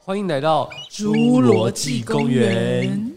欢迎来到侏罗纪公园。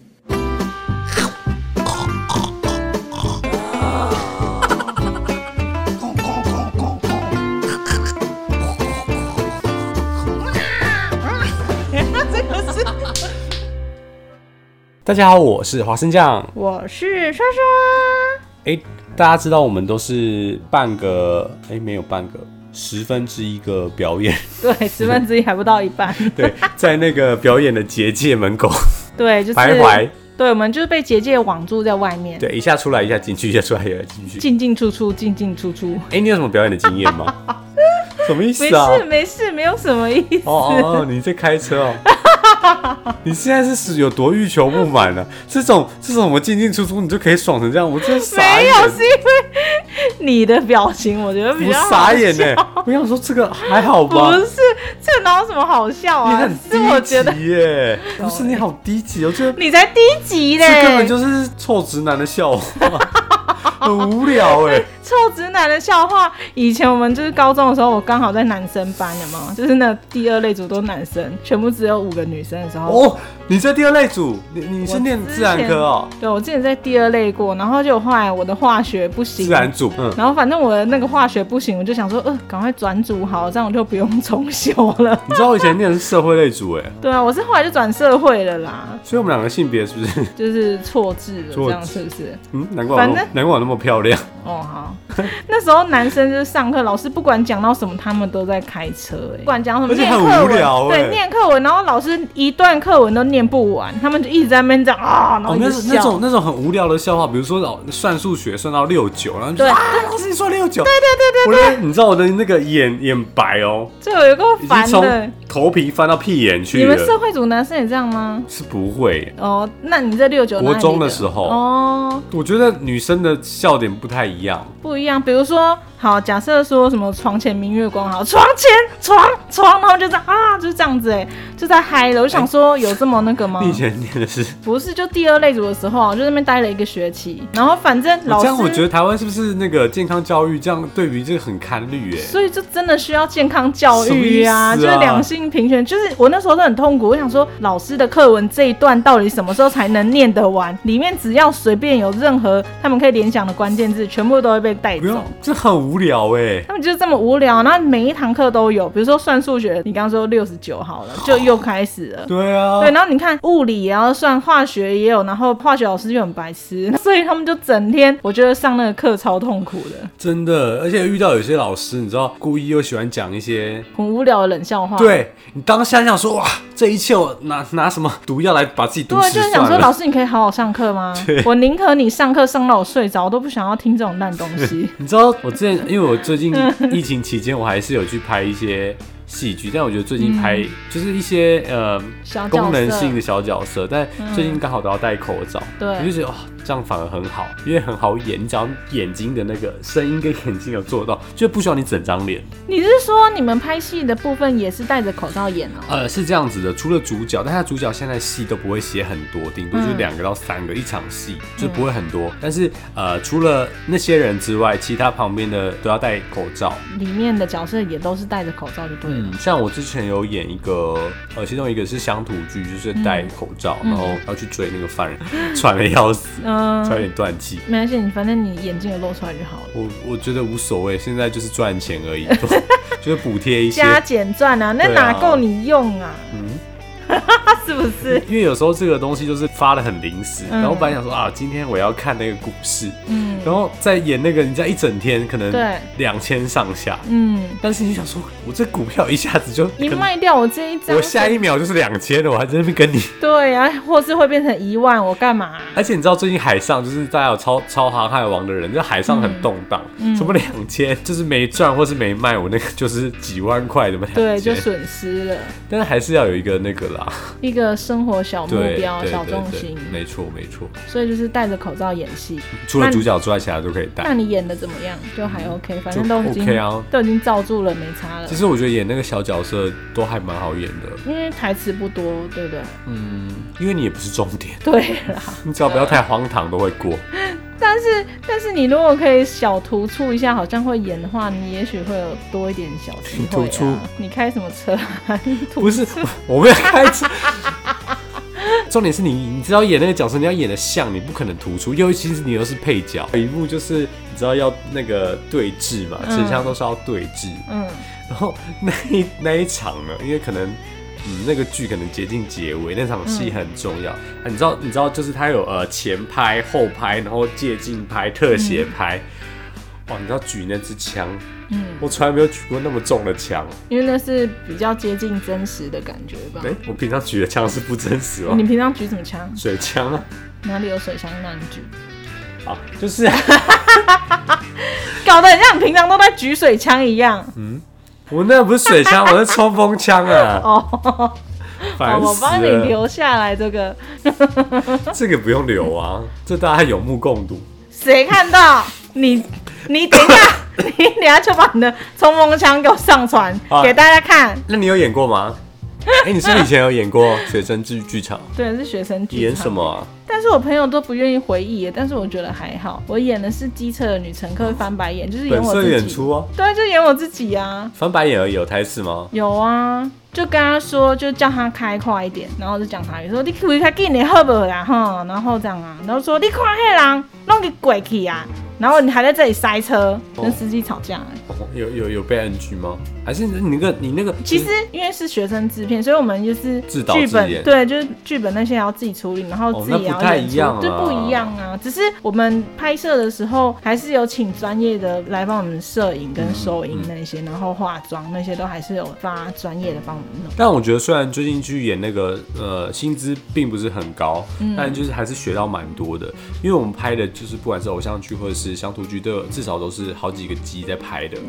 大家好，我是花生酱， 我是刷刷。 大家知道我们都是半个，没有半个1/10个表演， 对，1/10还不到一半。 对，在那个表演的结界门口， 对，就是徘徊。 对，我们就是被结界网住在外面。 对，一下出来，一下进去，一下出来，一下进去， 进进出出，进进出出。 你有什么表演的经验吗？什么意思啊？ 没事，没有什么意思。 哦，你在开车哦。你现在是有多欲求不满啊？这种我进进出出你就可以爽成这样，我真的傻眼。 没有，是因为你的表情，我觉得比较好笑。 我傻眼呢，我想说这个还好吧？ 不是，这哪有什么好笑啊？ 你很低级耶！不是，你好低级，我觉得你才低级嘞， 这根本就是臭直男的笑话，很无聊哎。 臭直男的笑话，以前我们就是高中的时候，我刚好在男生班，有没有？就是那第二类组都男生，全部只有5个女生的时候。 哦，你在第二类组，你是念自然科哦？ 对，我之前在第二类过，然后就后来我的化学不行， 自然组， 然后反正我的那个化学不行，我就想说，赶快转组好，这样我就不用重修了。 你知道我以前念的是社会类组哎？ 对啊，我是后来就转社会了啦。 所以我们两个性别是不是就是错置了？这样是不是？ 难怪我那么漂亮。 哦，好。那时候男生就是上课，老师不管讲到什么，他们都在开车，不管讲什么，念课文， 很无聊， 对，念课文，然后老师一段课文都念不完，他们就一直在那边讲啊，然后一直笑。 那种很无聊的笑话，比如说算数学算到69，然后就对， 老师你说69， 对， 你知道我的那个眼白哦， 这有一个烦的， 头皮翻到屁眼去了。 你们社会组男生也这样吗？ 是不会哦，那你这69， 国中的时候哦， 我觉得女生的笑点不太一样， 比如说，好，假设说什么床前明月光，好，床前床，然后就这样啊，就是这样子就在嗨了。我就想说，有这么那个吗？ 你以前念的是？不是，就第二类组的时候，就在那边待了1个学期，然后反正老师这样，我觉得台湾是不是那个健康教育这样对于这个很堪虑所以就真的需要健康教育啊，就是两性平权。就是我那时候都很痛苦，我想说，老师的课文这一段到底什么时候才能念得完？里面只要随便有任何他们可以联想的关键字，全部都会被带走。 这很无聊他们就是这么无聊，然后每一堂课都有，比如说算数学，你刚刚说69好了，就又开始了。 对啊， 对，然后你看物理也要算，化学也有，然后化学老师就很白痴，所以他们就整天，我觉得上那个课超痛苦的， 真的。而且遇到有些老师，你知道，故意又喜欢讲一些很无聊的冷笑话。 对，你当下想说，哇，这一切我拿什么毒药来把自己毒死算了。 对，就是想说，老师你可以好好上课吗？我宁可你上课上到我睡着，我都不想要听这种烂东西。 你知道我之前，因为我最近疫情期间，我还是有去拍一些戏剧，但我觉得最近拍就是一些功能性的小角色，但最近刚好都要戴口罩， 对， 我就觉得这样反而很好，因为很好演，你只要眼睛的那个声音跟眼睛有做到，就不需要你整张脸。 你是说你们拍戏的部分也是戴着口罩演哦？ 是这样子的，除了主角，但他主角现在戏都不会写很多，顶多就2个到3个一场戏，就不会很多。但是除了那些人之外，其他旁边的都要戴口罩。 里面的角色也都是戴着口罩就对了。 像我之前有演一个其中一个是乡土剧，就是戴口罩，然后要去追那个犯人，喘得要死，差点断气。 没关系，反正你眼睛有露出来就好了。 我觉得无所谓，现在就是赚钱而已，就是补贴一些加减赚啊，那哪够你用啊？是不是？ 因为有时候这个东西就是发得很临时，然后我本来想说今天我要看那个股市，然后再演那个人家一整天可能2000上下，但是你想说，我这股票一下子就一卖掉，我这一张， 我下一秒就是2000了，我还在那边跟你对啊，或是会变成1万，我干嘛？ 而且你知道最近海上就是大家有超航海王的人，就海上很动荡，什么2000就是没赚或是没卖，我那个就是几万块怎么2000， 对，就损失了。 但是还是要有一个那个啦， 一个生活小目标、小重心， 没错。 所以就是戴着口罩演戏， 除了主角之外，其他都可以戴。 那你演的怎么样？就还 OK， 反正都已经 OK 啊，都已经罩住了，没差了。 其实我觉得演那个小角色都还蛮好演的， 因为台词不多，对不对？ 因为你也不是重点。 对啦， 你只要不要太荒唐都会过。 但是你如果可以小突出一下，好像会演的话，你也许会有多一点小机会啊。突出？你开什么车啊？ 不是，我没有开车。重点是你知道演那个角色，你要演的像，你不可能突出，尤其是你又是配角。有一幕就是你知道要那个对峙嘛，城乡都是要对峙。然后那一场呢，因为可能那个剧可能接近结尾，那场戏很重要。你知道就是它有前拍、后拍，然后借镜拍、特写拍。哇，你知道举那支枪，我从来没有举过那么重的枪， 因为那是比较接近真实的感觉吧。 我平常举的枪是不真实哦。 你平常举什么枪？ 水枪啊。 哪里有水枪让你举？ 好，就是搞得很像你平常都在举水枪一样。 我那不是水枪，我是冲锋枪啊。烦死了。我帮你留下来这个。 这个不用留啊，这大家有目共睹。 谁看到你等一下，你等一下就把你的冲锋枪给我上传给大家看。 那你有演过吗？你是不是以前有演过学生剧场？ 对，是学生剧场。 演什么啊？ 但是我朋友都不愿意回忆耶，但是我觉得还好。我演的是机车的女乘客翻白眼，就是演我自己。 本色演出啊？ 对，就演我自己啊。 翻白眼而已，有台词吗？ 有啊，就跟他说，就叫他开快一点，然后就讲台语说你开较紧点好不好啦哈，然后这样啊，然后说你看那人弄给过去啊。然后你还在这里塞车，跟司机吵架。 有被 NG 吗？还是你那个？ 其实因为是学生制片，所以我们就是自导自演， 对，就是剧本那些要自己处理，然后自己也要演出， 那不太一样啊， 就不一样啊。只是我们拍摄的时候还是有请专业的来帮我们摄影跟收音那些，然后化妆那些都还是有发专业的帮我们弄。 但我觉得虽然最近去演那个薪资并不是很高，但就是还是学到蛮多的，因为我们拍的就是不管是偶像剧或者是乡土剧，至少都是好几个机在拍的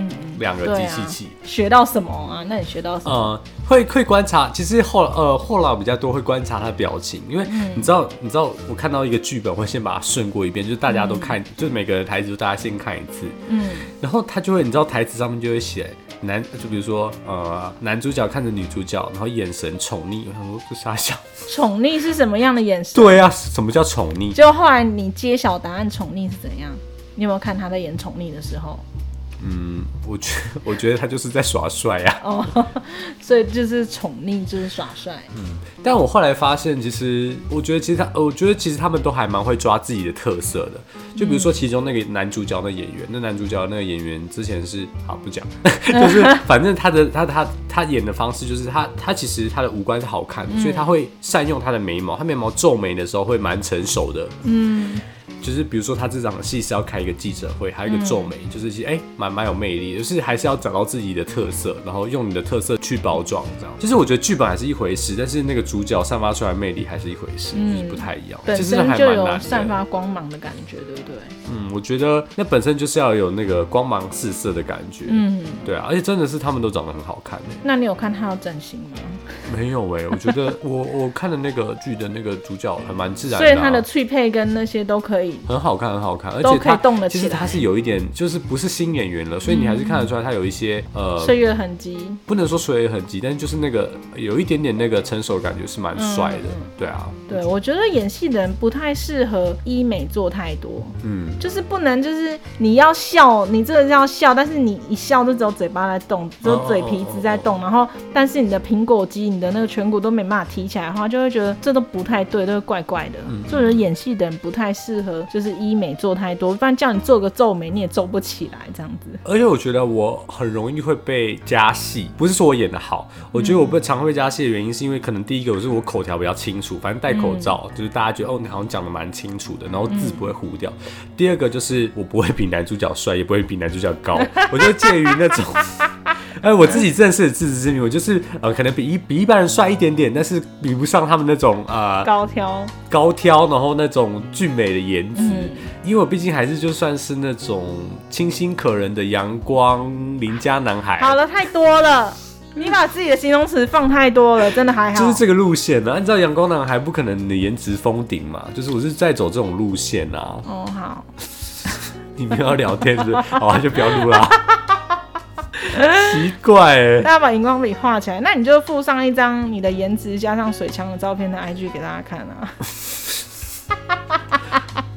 ，2个机器器。 学到什么啊？那你学到什么？ 会观察，其实后来比较多会观察他的表情，因为你知道我看到一个剧本会先把它顺过一遍，就是大家都看，就是每个人台词大家先看一次，然后他就会，你知道台词上面就会写就比如说男主角看着女主角，然后眼神宠溺，我想说这傻笑。 宠溺是什么样的眼神？ 对啊，什么叫宠溺？ 就后来你揭晓答案，宠溺是怎样？你有没有看他在演宠溺的时候？ 我觉得他就是在耍帅啊。 所以就是宠溺，就是耍帅。 但我后来发现，我觉得其实他们都还蛮会抓自己的特色的。就比如说其中那个男主角的演员，那男主角那个演员之前是不讲，就是反正他演的方式就是他其实他的五官是好看的，所以他会善用他的眉毛，他眉毛皱眉的时候会蛮成熟的。就是比如说他这场戏是要开一个记者会，还有一个皱眉，就是其实蛮有魅力的，就是还是要找到自己的特色，然后用你的特色去包装，这样。就是我觉得剧本还是一回事，但是那个主角散发出来的魅力还是一回事，就是不太一样。 本身就有散发光芒的感觉，对不对？ 我觉得那本身就是要有那个光芒四射的感觉。对啊，而且真的是他们都长得很好看。 那你有看他要整形吗？ 没有我觉得我看的那个剧的那个主角还蛮自然的， 所以他的脆配跟那些都可以很好看，而且都可以动得起来。 其实他是有一点，就是不是新演员了，所以你还是看得出来他有一些岁月痕迹， 不能说岁月痕迹，但是就是那个有一点点那个成熟感觉是蛮帅的。对啊， 对，我觉得演戏的人不太适合医美做太多，就是不能就是你要笑，你这个要笑，但是你一笑就只有嘴巴在动，只有嘴皮子在动，然后但是你的苹果肌、你的那个颧骨都没办法提起来的话，就会觉得这都不太对，都会怪怪的。所以我觉得演戏的人不太适合就是医美做太多，不然叫你做个皱眉你也皱不起来这样子。而且我觉得我很容易会被加戏，不是说我演得好，我觉得我常会被加戏的原因是因为可能第一个我口条比较清楚，反正戴口罩，就是大家觉得你好像讲得蛮清楚的，然后字不会糊掉。第二个就是我不会比男主角帅，也不会比男主角高，我就介于那种。我自己真的是自知之明，我就是可能比一般人帅一点点，但是比不上他们那种高挑，然后那种俊美的颜值。因为我毕竟还是就算是那种清新可人的阳光邻家男孩。 好了，太多了。你把自己的形容词放太多了，真的还好。 就是这个路线啊，按照阳光男孩不可能你的颜值封顶嘛，就是我是在走这种路线啊。 好。 你们要聊天是不是？好，就不要录了。奇怪大家把荧光笔画起来，那你就附上一张你的颜值加上水枪的照片的 IG 给大家看啊。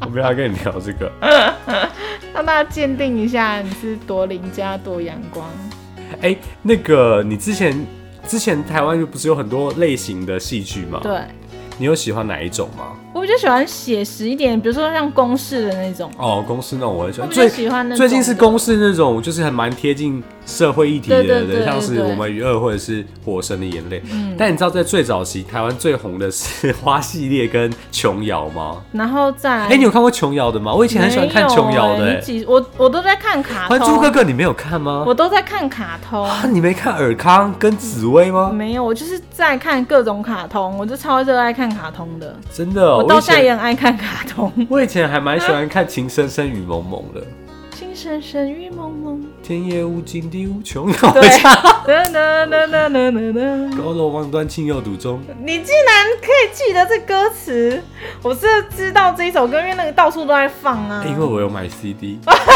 我没有要跟你聊这个。 让大家鉴定一下你是多邻家多阳光。 那个你之前台湾不是有很多类型的戏剧吗？ 对， 你有喜欢哪一种吗？ 我比较喜欢写实一点，比如说像公式的那种。 公式那种我很喜欢。 我比较喜欢那种。 最近是公式那种，就是还蛮贴近社会议题的，像是《我们与恶》或者是《火神的眼泪》。但你知道在最早期台湾最红的是花系列跟琼瑶吗？ 然后再来， 你有看过琼瑶的吗？我以前很喜欢看琼瑶的。 我都在看卡通。 还珠格格你没有看吗？ 我都在看卡通。 你没看尔康跟紫薇吗？ 没有，我就是在看各种卡通，我就超热爱看卡通的。 真的， 我到现在也很爱看卡通。 我以前还蛮喜欢看《情深深雨蒙蒙》的。 情深深雨蒙蒙， 天也无尽地无穷。 对， 高楼望断情有独钟。 你竟然可以记得这歌词，我是知道这一首歌，因为那个到处都在放啊。 因为我有买 CD。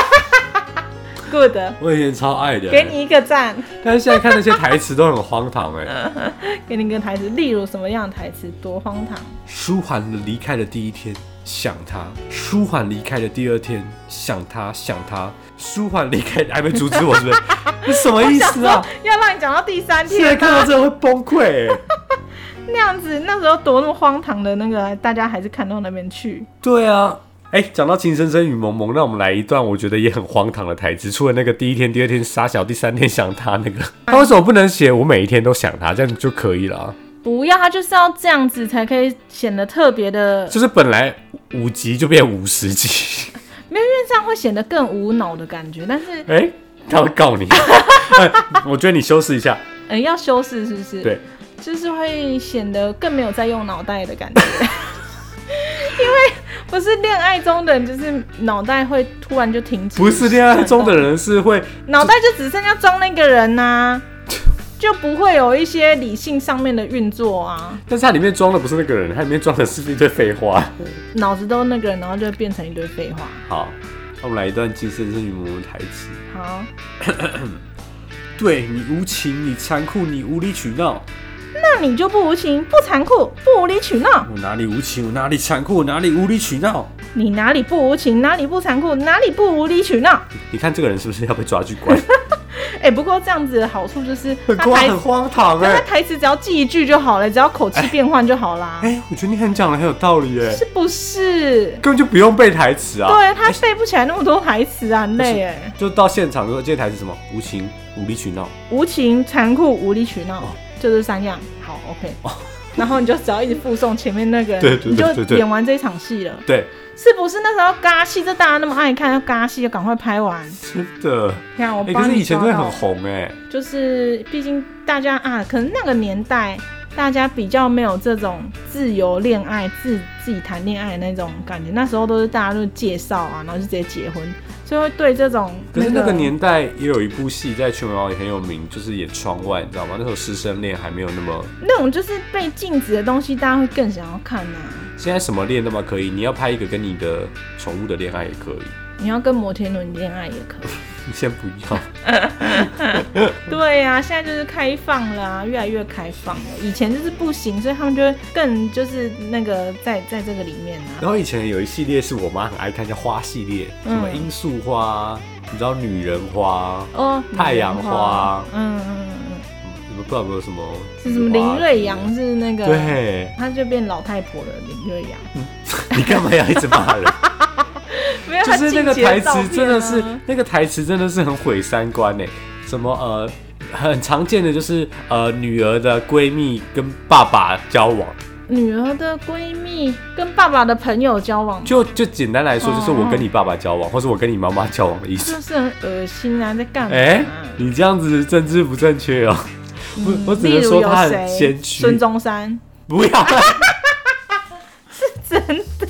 Good， 我以前超爱的， 给你一个赞。 但是现在看那些台词都很荒唐给你一个台词，例如什么样的台词多荒唐？ 舒缓了离开的第一天，想他；舒缓离开的第二天，想他，想他；舒缓离开，还没阻止我是不是？这什么意思啊？ 要让你讲到第三天， 现在看到这会崩溃那样子，那时候多那么荒唐的那个，大家还是看到那边去。 对啊。讲到情深深雨蒙蒙，那我们来一段我觉得也很荒唐的台词。除了那个第一天、第二天傻小，第三天想他那个，他为什么不能写我每一天都想他，这样就可以了？ 不要，他就是要这样子才可以显得特别的。 就是本来5集就变50集， 没有，因为这样会显得更无脑的感觉。但是， 他会告你。我觉得你修饰一下。 要修饰是不是？ 对， 就是会显得更没有在用脑袋的感觉。因为不是恋爱中的人，就是脑袋会突然就停止。 不是恋爱中的人是会脑袋就只剩下装那个人啊，就不会有一些理性上面的运作啊。 但是它里面装的不是那个人，它里面装的是一堆废话。 脑子都那个人，然后就会变成一堆废话。 好，那我们来一段情深深雨蒙蒙的台词。 好， 对你无情，你残酷，你无理取闹。 那你就不无情、不残酷、不无理取闹。 我哪里无情，我哪里残酷，我哪里无理取闹？ 你哪里不无情，哪里不残酷，哪里不无理取闹？ 你看这个人是不是要被抓去关？ 不过这样子的好处就是很荒唐他台词只要记一句就好了，只要口气变换就好啦。 我觉得你讲的很有道理是不是？ 根本就不用背台词啊。 对，他背不起来那么多台词啊，很累就到现场说这些台词什么无情、无理取闹、 无情、残酷、无理取闹，就这3样。好 ，OK。然后你就只要一直附送前面那个人， 对， 你就演完这一场戏了。 对， 是不是那时候尬戏，这大家那么爱看，要尬戏，要赶快拍完。 真的。 看我帮你可是以前真的很红就是毕竟大家可能那个年代大家比较没有这种自由恋爱、自己谈恋爱的那种感觉，那时候都是大家都介绍啊，然后就直接结婚。所以会对这种， 可是那个年代也有一部戏在琼瑶也很有名，就是演窗外，你知道吗？那时候师生恋还没有那么那种就是被禁止的东西，大家会更想要看啊。 现在什么恋那么可以？你要拍一个跟你的宠物的恋爱也可以， 你要跟摩天轮恋爱也可以。 你先不要。 对啊，现在就是开放了啊，越来越开放了。以前就是不行，所以他们就会更就是那个在这个里面啊。 然后以前有一系列是我妈很爱看，叫花系列，什么罂粟花，你知道女人花、太阳花，你们不知道有没有什么？是什么林瑞阳是那个？ 对， 他就变老太婆了，林瑞阳。 你干嘛要一直骂人？ 没有， 就是那个台词真的是，那个台词真的是很毁三观哎。什么很常见的就是女儿的闺蜜跟爸爸交往。 女儿的闺蜜跟爸爸的朋友交往， 就简单来说，就是我跟你爸爸交往，或是我跟你妈妈交往的意思。 就是很恶心啊，在干嘛？ 你这样子政治不正确哦。我只能说他很谦虚。 孙中山， 不要， 是真的。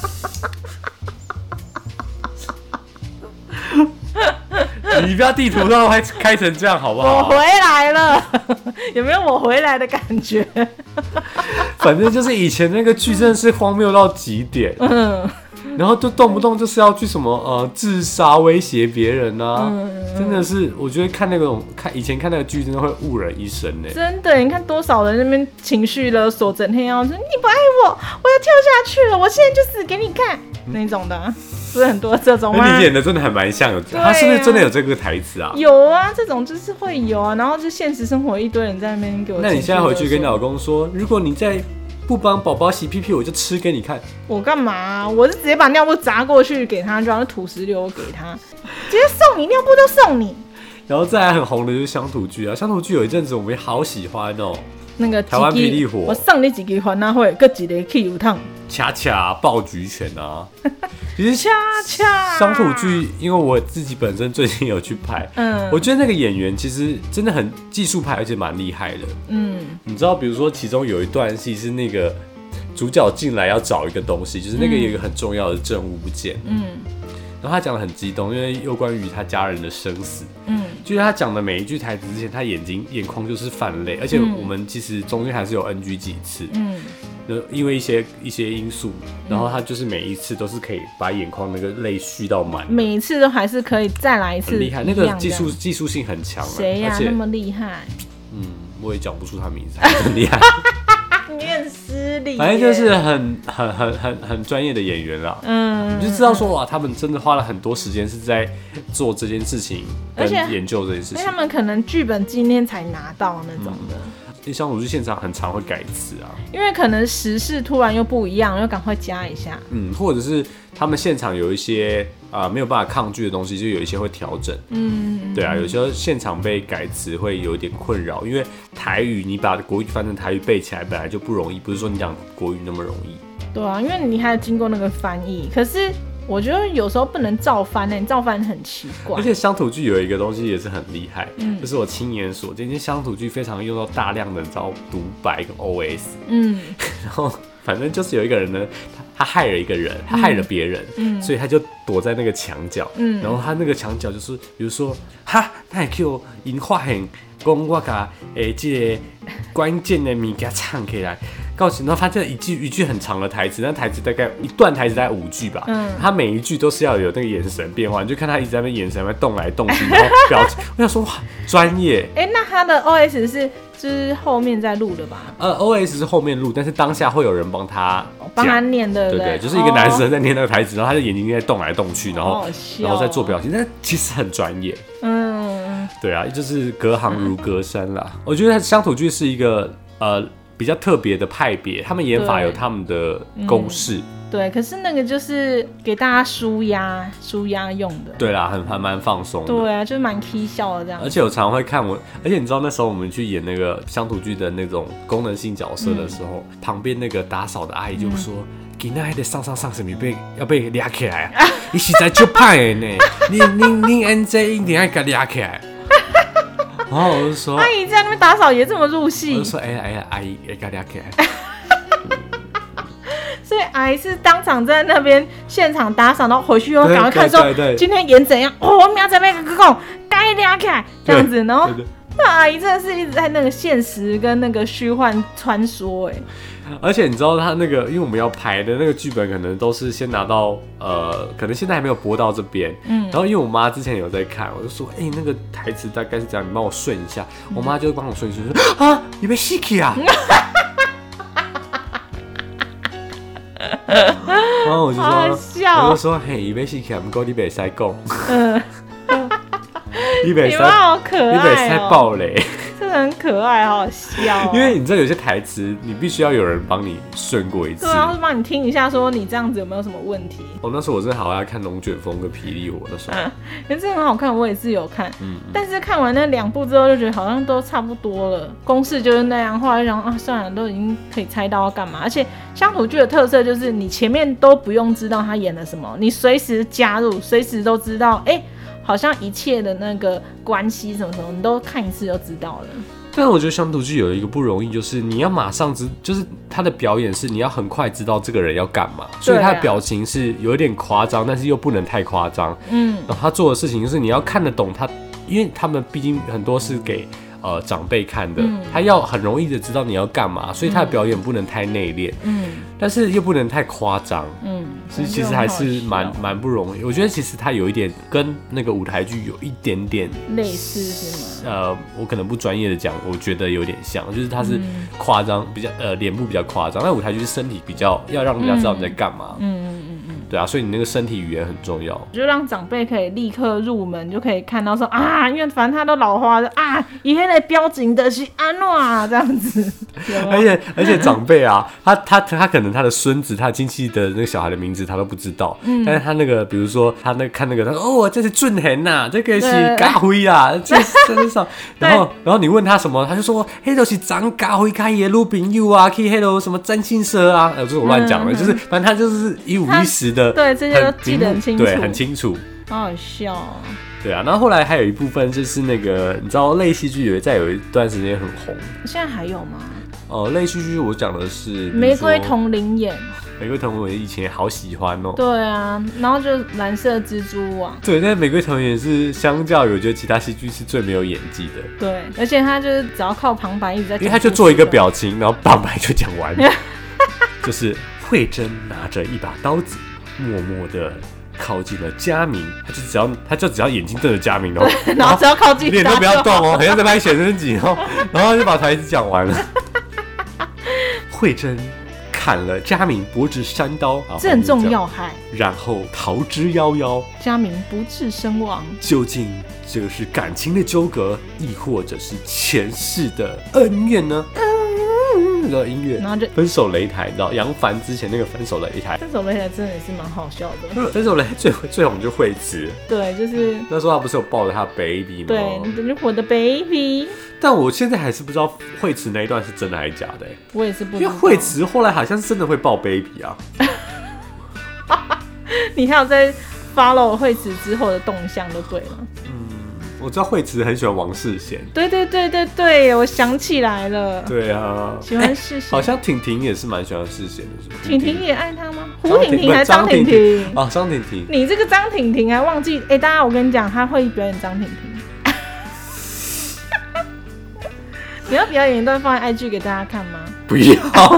你不要地图上开成这样好不好？ 我回来了，有没有我回来的感觉？ 反正就是以前那个剧真的是荒谬到极点，然后就动不动就是要去什么自杀威胁别人啊，真的是我觉得以前看那个剧真的会误人一生呢。 真的，你看多少人那边情绪勒索，整天要说你不爱我，我要跳下去了，我现在就死给你看。 那种的、啊，不是很多这种吗？ 你演的真的还蛮像的，他是不是真的有这个台词啊？ 有啊，这种就是会有啊，然后就现实生活一堆人在那边给我。 那你现在回去跟你老公说，如果你再不帮宝宝洗屁屁，我就吃给你看。 我干嘛、啊？我是直接把尿布砸过去给他，就让土石流给他，直接送你尿布都送你。 然后再来很红的就是乡土剧啊，乡土剧有一阵子我们也好喜欢哦。 那个台湾霹雳火， 我送你几个欢乐会，各几个去游趟。 恰恰爆菊拳啊，其实恰恰乡土剧，因为我自己本身最近有去拍，我觉得那个演员其实真的很技术派，而且蛮厉害的。你知道，比如说其中有一段戏是那个主角进来要找一个东西，就是那个有一个很重要的证物不见，然后他讲得很激动，因为有关于他家人的生死。就是他讲的每一句台词之前，他眼眶就是泛泪，而且我们其实中间还是有 NG 几次。因为一些因素，然后他就是每一次都是可以把眼眶那个泪蓄到满， 每一次都还是可以再来一次， 很厉害，那个技术性很强。 谁呀、那么厉害？ 我也讲不出他名字，很厉害。 你很失礼。 反正就是很专业的演员啦。你就知道说哇，他们真的花了很多时间是在做这件事情，跟研究这件事情。 他们可能剧本今天才拿到那种的。 因为乡土剧现场很常会改词啊， 因为可能时事突然又不一样，又赶快加一下。 或者是他们现场有一些没有办法抗拒的东西，就有一些会调整。对啊，有时候现场被改词会有一点困扰，因为台语你把国语翻成台语背起来本来就不容易，不是说你讲国语那么容易。对啊，因为你还要经过那个翻译，可是我觉得有时候不能照翻你照翻很奇怪。 而且乡土剧有一个东西也是很厉害，就是我亲眼所见，乡土剧非常用到大量的独白跟 OS。然后反正就是有一个人呢，他害了一个人，他害了别人，所以他就躲在那个墙角，然后他那个墙角就是比如说哈，他也叫因发现讲我把这个关键的物件唱起来。告诉你，然后他这一句很长的台词，那台词大概一段台词大概5句吧。他每一句都是要有那个眼神变化，你就看他一直在那边眼神在动来动去，然后表情。我想说哇，专业。 那他的 OS 是就是后面在录的吧 ？OS 是后面录，但是当下会有人帮他念的， 对，就是一个男生在念那个台词，然后他的眼睛在动来动去，然后在做表情，但其实很专业。对啊，就是隔行如隔山啦。我觉得乡土剧是一个比较特别的派别，他们演法有他们的公式。 对，可是那个就是给大家舒压用的。 对啦，还蛮放松的。 对啊，就是蛮 k 笑的这样。 而且我常会看而且你知道那时候我们去演那个乡土剧的那种功能性角色的时候，旁边那个打扫的阿姨就说：“今天还得上什么要被抓起来啊！你实在就歹的呢，你 NJ 一定要给抓起来。”然后我就说， 阿姨在那边打扫也这么入戏。 我就说，阿姨，给他抓起来。 所以阿姨是当场在那边现场打扫，然后回去又赶快看说今天演怎样。我明仔那个讲该抓起来这样子，然后那阿姨真的是一直在那个现实跟那个虚幻穿梭而且你知道他那个，因为我们要排的那个剧本可能都是先拿到可能现在还没有播到这边，然后因为我妈之前有在看，我就说那个台词大概是这样，你帮我顺一下，我妈就帮我顺一顺，说啊你被戏起啊，然后我就说嘿你被戏起啊，不过你别塞讲，你别塞好可爱， 你别塞爆雷。 很可爱，好好笑因为你知道有些台词你必须要有人帮你顺过一次， 对啊，或者帮你听一下，说你这样子有没有什么问题。 那时候我真的好爱看《龙卷风》跟《霹雳火》的时候， 可是很好看，我也是有看，但是看完那2部之后就觉得好像都差不多了，公式就是那样，后来就想算了，都已经可以猜到要干嘛。而且乡土剧的特色就是你前面都不用知道他演了什么，你随时加入，随时都知道，好像一切的那个关系什么什么，你都看一次就知道了。 但是我觉得乡土剧有一个不容易，就是你要马上就是他的表演是你要很快知道这个人要干嘛，所以他的表情是有一点夸张，但是又不能太夸张。然后他做的事情就是你要看得懂他，因为他们毕竟很多是给长辈看的，他要很容易的知道你要干嘛，所以他的表演不能太内敛，但是又不能太夸张，所以其实还是蛮不容易。我觉得其实他有一点跟那个舞台剧有一点点类似，是吗？ 我可能不专业的讲，我觉得有点像，就是他是夸张，比较脸部比较夸张，但舞台剧是身体比较要让人家知道你在干嘛。 对啊，所以你那个身体语言很重要， 就让长辈可以立刻入门，就可以看到说啊，因为反正他都老花了啊，以前的标准的是安诺啊这样子。 而且长辈啊，他可能他的孙子、他亲戚的那个小孩的名字他都不知道，但是他那个比如说他那看那个，他说哦，这是俊贤呐，这个是家辉啊，这是什么？然后你问他什么，他就说，嘿，都是张家辉开的女朋友啊，去那个什么占星社啊，这是我乱讲的，就是反正他就是一五一十的， 对，这些都记得很清楚， 对，很清楚， 好好笑哦。 对啊，然后后来还有一部分就是那个，你知道类戏剧有一段时间很红， 现在还有吗？ 类戏剧我讲的是玫瑰童林演。 玫瑰童林以前好喜欢哦。 对啊，然后就蓝色蜘蛛网。 对，但玫瑰童林是相较于我觉得其他戏剧是最没有演技的。 对，而且他就是只要靠旁白一直在讲， 因为他就做一个表情，然后旁白就讲完。就是慧珍拿着一把刀子，默默的靠近了佳明，他就只要眼睛对着佳明哦， 然后只要靠近， 脸都不要动哦，好像在拍写真集哦，然后就把台词讲完了。慧珍砍了佳明脖子3刀， 正中要害， 然后逃之夭夭， 佳明不治身亡。 究竟这个是感情的纠葛，亦或者是前世的恩怨呢？的音乐，然后就分手擂台，你知道杨凡之前那个分手擂台， 分手擂台真的也是蛮好笑的。 分手擂台最红就惠子， 对，就是那时候他不是有抱着他的 baby 吗？ 对，我的 baby。 但我现在还是不知道惠子那一段是真的还是假的。 我也是不知道， 因为惠子后来好像是真的会抱 baby 啊。 你还有在 follow 惠子之后的动向就对了。 我知道惠子很喜欢王世贤。 对，我想起来了。 对啊， 喜欢世贤。 好像婷婷也是蛮喜欢世贤的，是不是？ 婷婷也爱他吗？胡婷婷还是张婷婷？ 哦，张婷婷。 你这个张婷婷还忘记？大家我跟你讲，他会表演张婷婷。你要表演一段放在 IG 给大家看吗？ 不要。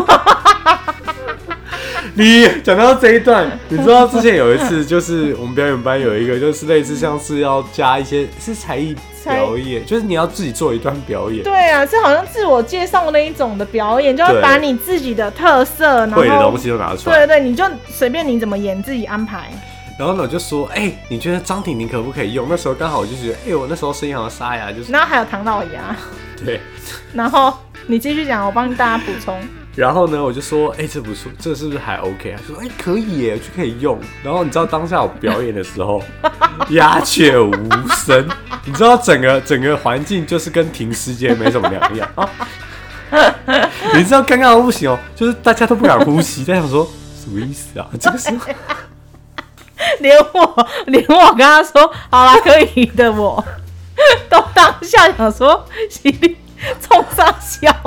你讲到这一段，你知道之前有一次，就是我们表演班有一个，就是类似像是要加一些是才艺表演，就是你要自己做一段表演。 对啊，是好像自我介绍那一种的表演，就要把你自己的特色，然后会的东西都拿出来。 对，你就随便你怎么演，自己安排。 然后呢，我就说，你觉得张婷婷可不可以用？那时候刚好我就觉得，我那时候声音好像沙哑，就是。 然后还有唐老鸭。 对。 然后你继续讲，我帮大家补充。 然后呢，我就说，这不错，这是不是还 OK 啊？他说，可以耶，就可以用。然后你知道当下我表演的时候，鸦雀无声，你知道整个环境就是跟停尸间没什么两样啊。你知道刚刚不行哦，就是大家都不敢呼吸，在想说什么意思啊？这个是连我跟他说好啦，可以的，我都当下想说犀利冲上笑，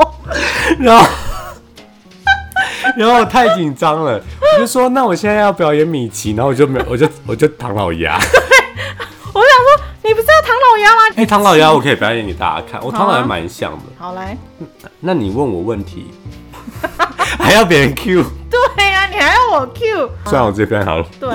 然后我太紧张了，我就说那我现在要表演米奇，然后我就唐老鸭。 我想说你不是要唐老鸭吗？ 唐老鸭我可以表演给大家看，我唐老鸭蛮像的。 好来， 那你问我问题，还要别人 Q？ 对呀，你还要我 Q？ 虽然我直接表演好了。 对。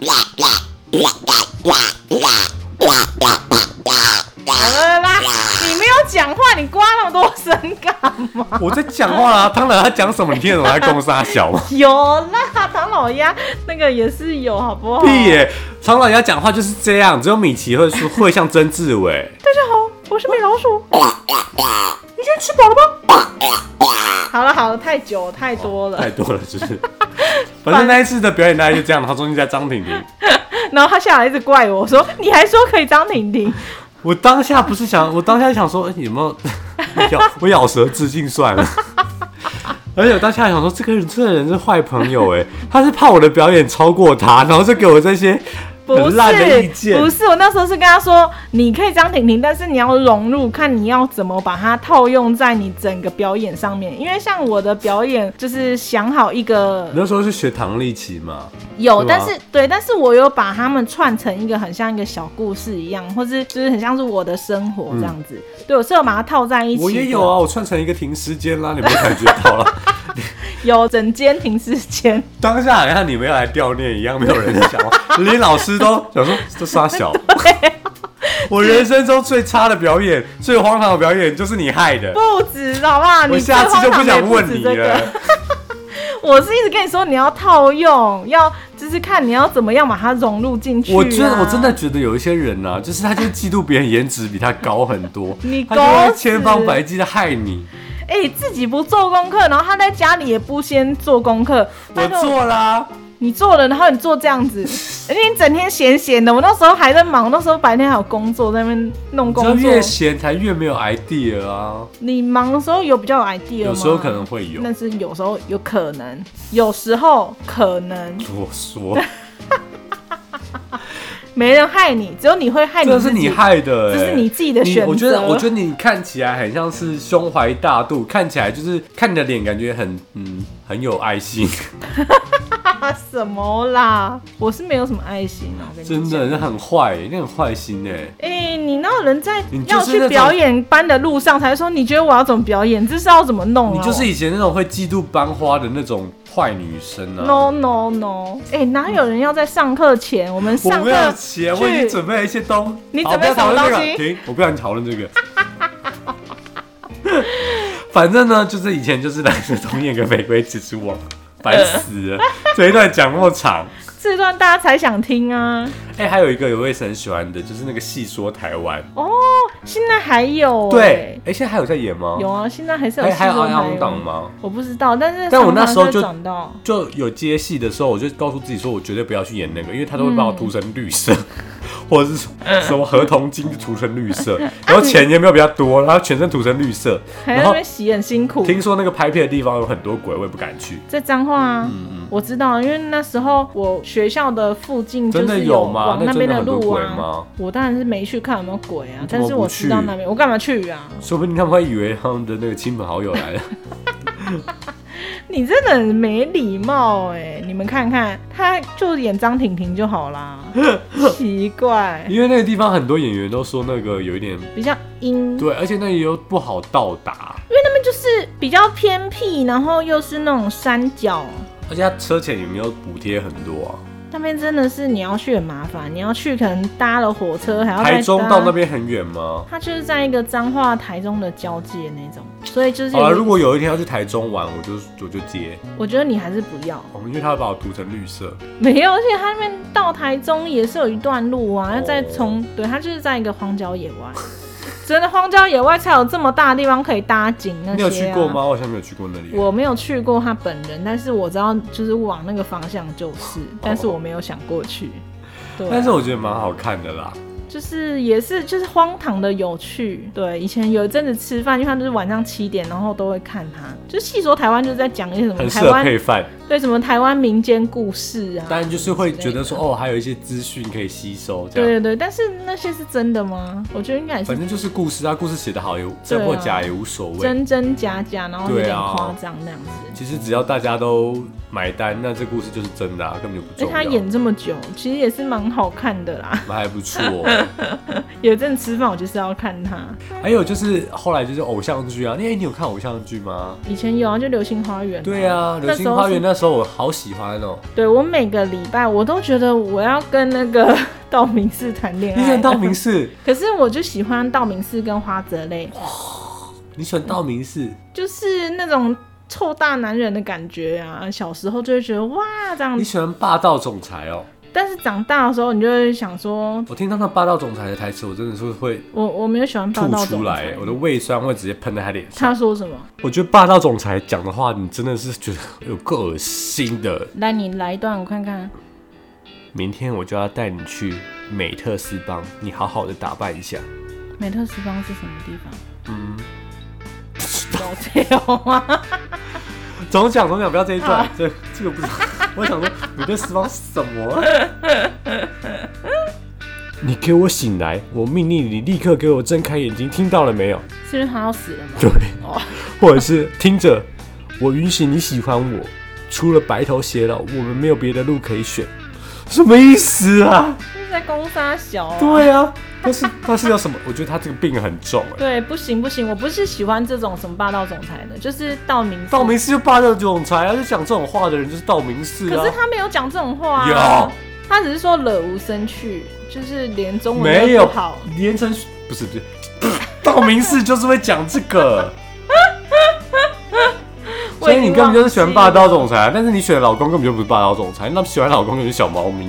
好了啦，你没有讲话，你刮那么多声干嘛？ 我在讲话啦，唐老鸭讲什么？你听得懂他在攻杀小吗？ 有啦，唐老鸭那个也是有，好不好？ 屁耶！唐老鸭讲话就是这样，只有米奇会像曾志伟。 大家好，我是米老鼠。你今天吃饱了吗？好了，太久太多了， 太多了，就是。反正那一次的表演大概就这样，他中间在张婷婷， 然后他下来一直怪我说：“你还说可以张婷婷？” 我当下想说，有没有我咬舌自尽算了。而且我当下想说，这个人是坏朋友他是怕我的表演超过他，然后就给我这些很烂的意见。 不是，我那时候是跟他说，你可以张婷婷，但是你要融入，看你要怎么把它套用在你整个表演上面。因为像我的表演，就是想好一个， 你那时候是学唐立淇嘛？ 有，但是我有把他们串成一个很像一个小故事一样，或是就是很像是我的生活这样子。对，我是有把它套在一起。 我也有啊，我串成一个停尸间啦，你没感觉到了？ 有整间停尸间。 当下好像你们要来悼念一样，没有人在讲话，连老师都想说这傻小。我人生中最差的表演，最荒唐的表演，就是你害的。 不止，好不好？ 我下次就不想问你了。 我是一直跟你说，你要套用，要就是看你要怎么样把它融入进去、啊。 我真的觉得有一些人啊，就是他就嫉妒别人颜值比他高很多，他就会千方百计的害你。 自己不做功课，然后他在家里也不先做功课。 我做啦。 你做了，然后你做这样子，而且你整天闲闲的。我那时候还在忙，那时候白天还有工作，在那边弄工作。 就越闲才越没有 idea 啊！ 你忙的时候有比较有 idea 吗？ 有时候可能会有， 但是有时候有可能，有时候可能。 我说。 没人害你，只有你会害你自己。 这是你害的， 这是你自己的选择。 我觉得你看起来很像是胸怀大度，看起来就是看你的脸，感觉很有爱心。 什么啦？我是没有什么爱心啊，我跟你讲。 真的，很坏，你很坏心你哪有人在要去表演班的路上才说你觉得我要怎么表演？这是要怎么弄啊？ 你就是以前那种会嫉妒班花的那种坏女生啊 ！No， 哪有人要在上课前？我们上课前我已经准备了一些东西。 你准备什么东西？ 停！我不要你讨论这个。反正呢，就是以前就是蓝色童颜跟玫瑰蜘蛛网，烦死了！这一段讲那么长。 这段大家才想听啊！ 还有一个我也是很喜欢的，就是那个戏说台湾哦，现在还有对，现在还有在演吗？ 有啊，现在还是有戏说台湾。 还有昂档吗？ 我不知道，但我那时候就有接戏的时候，我就告诉自己说，我绝对不要去演那个，因为他都会把我涂成绿色，或者是什么合同金就涂成绿色，然后钱也没有比较多，然后全身涂成绿色， 还在那边洗很辛苦。 听说那个拍片的地方有很多鬼，我也不敢去。 在彰化啊，我知道，因为那时候我学校的附近就是有往那边的路啊。我当然是没去看有没有鬼啊，但是我知道那边，我干嘛去啊？ 说不定他们会以为他们的那个亲朋好友来了。 你真的很没礼貌你们看看，他就演张婷婷就好啦。奇怪， 因为那个地方很多演员都说那个有一点比较阴， 对，而且那里又不好到达， 因为那边就是比较偏僻，然后又是那种山脚， 而且他车钱有没有补贴很多啊？ 那边真的是你要去很麻烦，你要去可能搭了火车还要台中到那边很远吗？ 它就是在一个彰化台中的交界那种，所以就是如果有一天要去台中玩，我就接。 我觉得你还是不要， 因为他会把我涂成绿色。 没有，而且他那边到台中也是有一段路啊，要再从对，它就是在一个荒郊野外。真的荒郊野外才有这么大的地方可以搭景那些、啊。 你有去过吗？我好像没有去过那里。 我没有去过他本人，但是我知道就是往那个方向就是，但是我没有想过去。对、 但是我觉得蛮好看的啦。 就是也是就是荒唐的有趣。对，以前有一阵子吃饭，因为他就是晚上7点，然后都会看他。就戏说台湾就是在讲一些什么台湾配饭， 对，什么台湾民间故事啊。 当然就是会觉得说还有一些资讯可以吸收这样。 对对对，但是那些是真的吗？我觉得应该也是。 反正就是故事啊，故事写得好，真或假也无所谓， 真真假假，然后有点夸张那样子。 其实只要大家都买单，那这故事就是真的根本就不重要。 他演这么久，其实也是蛮好看的啦， 还不错。 有一阵吃饭我就是要看他。 还有就是后来就是偶像剧啊，你有看偶像剧吗？ 以前有啊，就《流星花园》。 对啊，《流星花园》那时候我好喜欢哦。 对，我每个礼拜我都觉得我要跟那个道明寺谈恋爱。 你喜欢道明寺？ 可是我就喜欢道明寺跟花泽类。 你喜欢道明寺？ 就是那种臭大男人的感觉啊，小时候就会觉得哇这样。 你喜欢霸道总裁哦？ 但是长大的时候，你就会想说， 我听到那霸道总裁的台词，我真的是会， 我没有喜欢霸道总裁， 吐出来，我的胃酸会直接喷在他脸上。 他说什么？ 我觉得霸道总裁讲的话，你真的是觉得有够恶心的。 来，你来一段我看看。 明天我就要带你去美特斯邦，你好好的打扮一下。 美特斯邦是什么地方？有这样吗？ 总讲，不要这一段，这个不是。我想说，美特斯邦是什么？你给我醒来！我命令你立刻给我睁开眼睛，听到了没有？ 是因为他要死了吗？ 对，或者是听着，我允许你喜欢我，除了白头偕老，我们没有别的路可以选。什么意思啊？ 是在攻杀小啊？ 对啊，他是要什么？我觉得他这个病很重对，不行，我不是喜欢这种什么霸道总裁的，就是道明寺。 道明寺就霸道总裁啊，就讲这种话的人就是道明寺啊。 可是他没有讲这种话啊。 有， 他只是说惹无生趣，就是连中文没有不好。 连成不是，道明寺就是会讲这个。 所以你根本就是喜欢霸道总裁，但是你选的老公根本就不是霸道总裁，那喜欢老公就是小猫咪。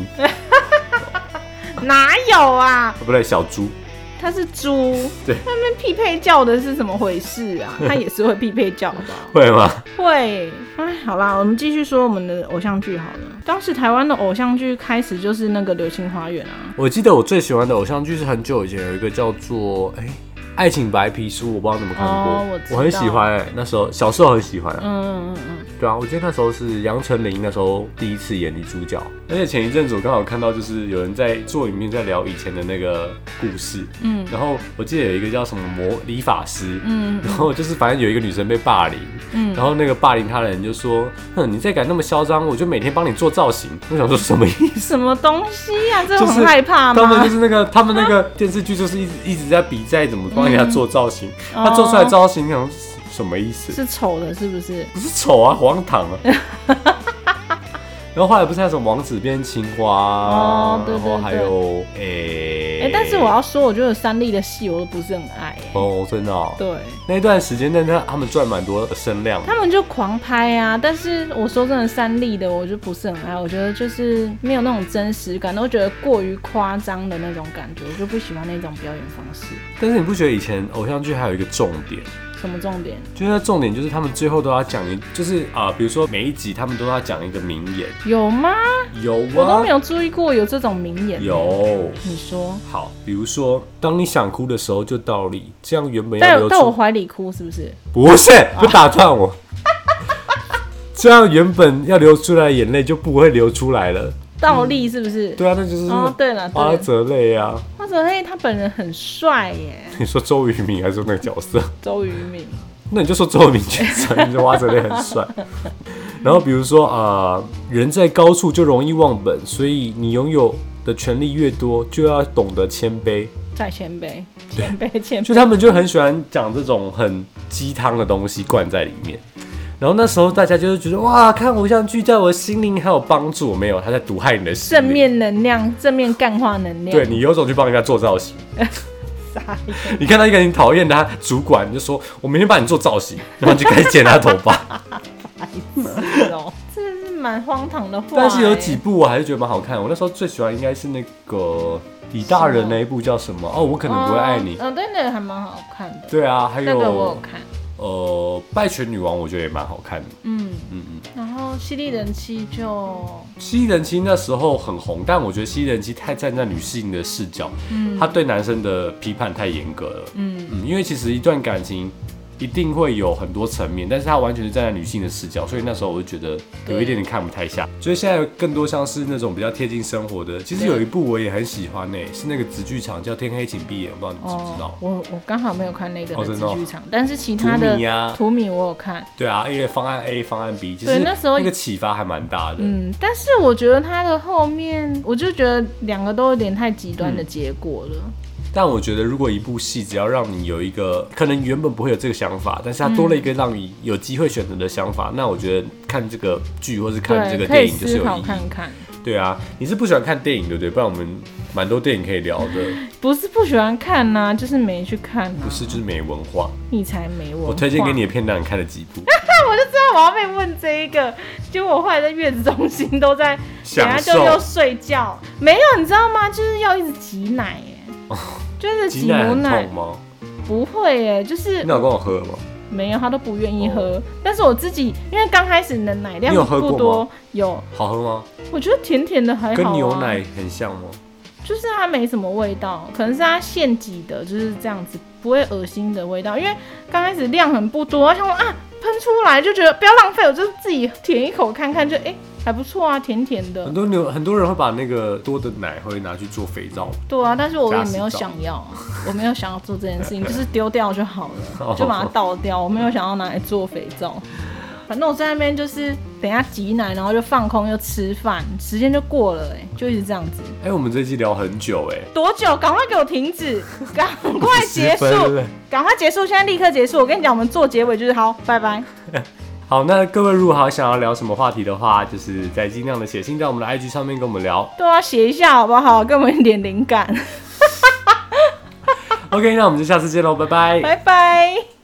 哪有啊？ 不对，小猪。 他是猪， 对， 那边匹配叫的是怎么回事啊？他也是会匹配叫的， 会吗？ 会。哎，好啦，我们继续说我们的偶像剧好了。当时台湾的偶像剧开始就是那个《流星花园》啊。 我记得我最喜欢的偶像剧是很久以前有一个叫做爱情白皮书，我不知道你们看过，我很喜欢那时候小时候很喜欢。对啊，我记得那时候是杨丞琳那时候第一次演女主角，而且前一阵子我刚好看到就是有人在做影片在聊以前的那个故事，然后我记得有一个叫什么理发师，然后就是反正有一个女生被霸凌，然后那个霸凌她的人就说，你再敢那么嚣张，我就每天帮你做造型。我想说什么意思？ 什么东西啊？这很害怕吗？ 他们就是他们那个电视剧就是一直在比赛怎么帮人家做造型，他做出来造型想什么意思？ 是丑的，是不是？ 不是丑啊，荒唐啊！然后后来不是还有什么王子变青蛙， 对， 然后还有但是我要说，我觉得三立的戏我都不是很爱真的哦。 对， 那段时间，他们赚蛮多声量， 他们就狂拍啊。但是我说真的，三立的我就不是很爱，我觉得就是没有那种真实感，都觉得过于夸张的那种感觉，我就不喜欢那种表演方式。 但是你不觉得以前偶像剧还有一个重点？ 什么重点？ 就是那重点就是他们最后都要讲就是比如说每一集他们都要讲一个名言。有吗？ 有啊， 我都没有注意过有这种名言。 有， 你说。 好，比如说当你想哭的时候就倒立，这样原本要流出在我怀里哭是不是？ 不是，不打断我。这样原本要流出来的眼泪就不会流出来了。 倒立是不是？ 对啊，那就是对了， 花泽类啊。 花泽类他本人很帅耶。 你说周渝民还是那个角色？ 周渝民。 那你就说周渝民全身，你说花泽类很帅。然后比如说人在高处就容易忘本，所以你拥有的权利越多，就要懂得谦卑。 再谦卑，谦卑。 就他们就很喜欢讲这种很鸡汤的东西灌在里面。然后那时候大家就是觉得哇，看偶像剧在我心灵还有帮助，没有，他在毒害你的心灵。 正面能量，正面干化能量。 对，你有种去帮人家做造型。你看到一个你讨厌的他主管，你就说我明天帮你做造型，然后你就开始剪他头发。 白痴哦，真的是蛮荒唐的话。 但是有几部我还是觉得蛮好看。我那时候最喜欢应该是那个李大人那一部叫什么？我可能不会爱你。 对，那个还蛮好看的。 对啊，还有那个我有看。 拜权女王我觉得也蛮好看的。 然后犀利人妻犀利人妻那时候很红，但我觉得犀利人妻太站在女性的视角，她对男生的批判太严格了。因为其实一段感情一定会有很多层面，但是他完全是站在女性的视角，所以那时候我就觉得有一点点看不太下。所以现在更多像是那种比较贴近生活的。其实有一部我也很喜欢是那个子剧场叫《天黑请闭眼》，我不知道你知不知道。 我刚好没有看那个子剧场，但是其他的图米我有看。 对啊，因为方案 A、方案 B， 其实那时候那个启发还蛮大的。 但是我觉得他的后面，我就觉得两个都有点太极端的结果了。 但我觉得，如果一部戏只要让你有一个可能原本不会有这个想法，但是它多了一个让你有机会选择的想法，那我觉得看这个剧或是看这个电影就是有意义。 看。 对啊，你是不喜欢看电影对不对？不然我们蛮多电影可以聊的。 不是不喜欢看呐，就是没去看呐。 不是，就是没文化。 你才没文化。 我推荐给你的片段，你看了几部？ 我就知道我要被问这一个，结果我后来在月子中心都在，等下就又睡觉。没有，你知道吗？就是要一直挤奶耶。就是挤母奶痛吗？ 不会耶，就是你有跟我喝吗？ 没有，他都不愿意喝。但是我自己，因为刚开始的奶量不多，有好喝吗？ 我觉得甜甜的还好， 跟牛奶很像吗？ 就是它没什么味道，可能是它现挤的，就是这样子，不会恶心的味道。因为刚开始量很不多，想说喷出来就觉得不要浪费，我就自己舔一口看看，就还不错啊，甜甜的。 很多人会把那个多的奶会拿去做肥皂。 对啊，但是我也没有想要，我没有想要做这件事情，就是丢掉就好了，就把它倒掉。我没有想要拿来做肥皂。反正我在那边就是等一下挤奶，然后就放空又吃饭，时间就过了就一直这样子。 我们这一集聊很久多久？赶快给我停止，赶快结束，赶快结束，现在立刻结束。我跟你讲，我们做结尾就是好，拜拜。 好，那各位如果还想要聊什么话题的话，就是再尽量的写信在我们的 IG 上面跟我们聊。 对啊，写一下好不好？给我们一点灵感。 OK， 那我们就下次见喽，拜拜， 拜拜。